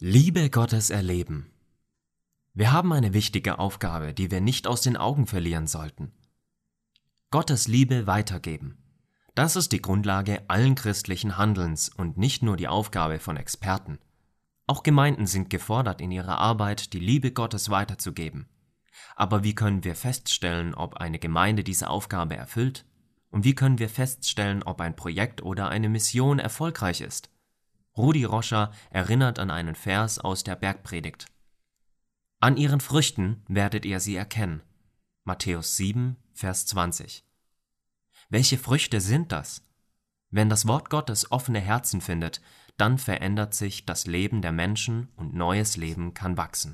Liebe Gottes erleben. Wir haben eine wichtige Aufgabe, die wir nicht aus den Augen verlieren sollten. Gottes Liebe weitergeben. Das ist die Grundlage allen christlichen Handelns und nicht nur die Aufgabe von Experten. Auch Gemeinden sind gefordert, in ihrer Arbeit die Liebe Gottes weiterzugeben. Aber wie können wir feststellen, ob eine Gemeinde diese Aufgabe erfüllt? Und wie können wir feststellen, ob ein Projekt oder eine Mission erfolgreich ist? Rudi Roscher erinnert an einen Vers aus der Bergpredigt. An ihren Früchten werdet ihr sie erkennen. Matthäus 7, Vers 20. Welche Früchte sind das? Wenn das Wort Gottes offene Herzen findet, dann verändert sich das Leben der Menschen und neues Leben kann wachsen.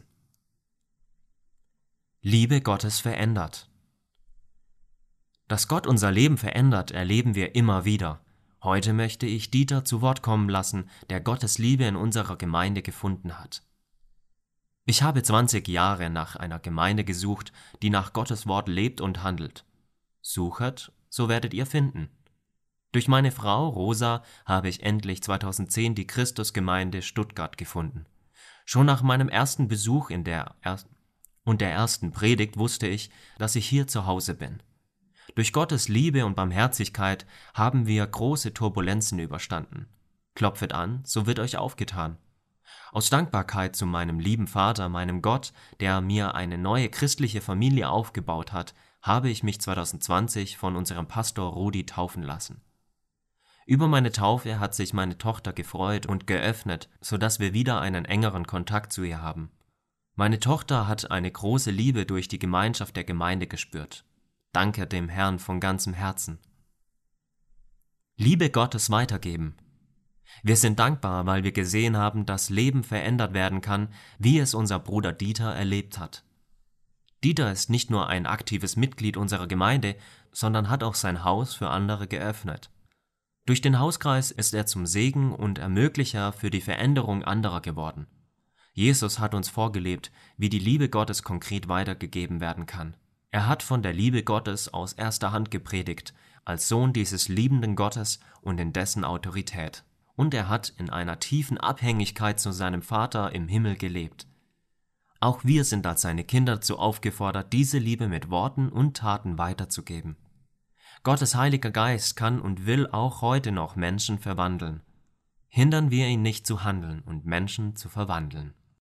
Liebe Gottes verändert. Dass Gott unser Leben verändert, erleben wir immer wieder. Heute möchte ich Dieter zu Wort kommen lassen, der Gottes Liebe in unserer Gemeinde gefunden hat. Ich habe 20 Jahre nach einer Gemeinde gesucht, die nach Gottes Wort lebt und handelt. Suchet, so werdet ihr finden. Durch meine Frau Rosa habe ich endlich 2010 die Christusgemeinde Stuttgart gefunden. Schon nach meinem ersten Besuch der ersten Predigt wusste ich, dass ich hier zu Hause bin. Durch Gottes Liebe und Barmherzigkeit haben wir große Turbulenzen überstanden. Klopfet an, so wird euch aufgetan. Aus Dankbarkeit zu meinem lieben Vater, meinem Gott, der mir eine neue christliche Familie aufgebaut hat, habe ich mich 2020 von unserem Pastor Rudi taufen lassen. Über meine Taufe hat sich meine Tochter gefreut und geöffnet, sodass wir wieder einen engeren Kontakt zu ihr haben. Meine Tochter hat eine große Liebe durch die Gemeinschaft der Gemeinde gespürt. Danke dem Herrn von ganzem Herzen. Liebe Gottes weitergeben. Wir sind dankbar, weil wir gesehen haben, dass Leben verändert werden kann, wie es unser Bruder Dieter erlebt hat. Dieter ist nicht nur ein aktives Mitglied unserer Gemeinde, sondern hat auch sein Haus für andere geöffnet. Durch den Hauskreis ist er zum Segen und Ermöglicher für die Veränderung anderer geworden. Jesus hat uns vorgelebt, wie die Liebe Gottes konkret weitergegeben werden kann. Er hat von der Liebe Gottes aus erster Hand gepredigt, als Sohn dieses liebenden Gottes und in dessen Autorität. Und er hat in einer tiefen Abhängigkeit zu seinem Vater im Himmel gelebt. Auch wir sind als seine Kinder dazu aufgefordert, diese Liebe mit Worten und Taten weiterzugeben. Gottes Heiliger Geist kann und will auch heute noch Menschen verwandeln. Hindern wir ihn nicht zu handeln und Menschen zu verwandeln.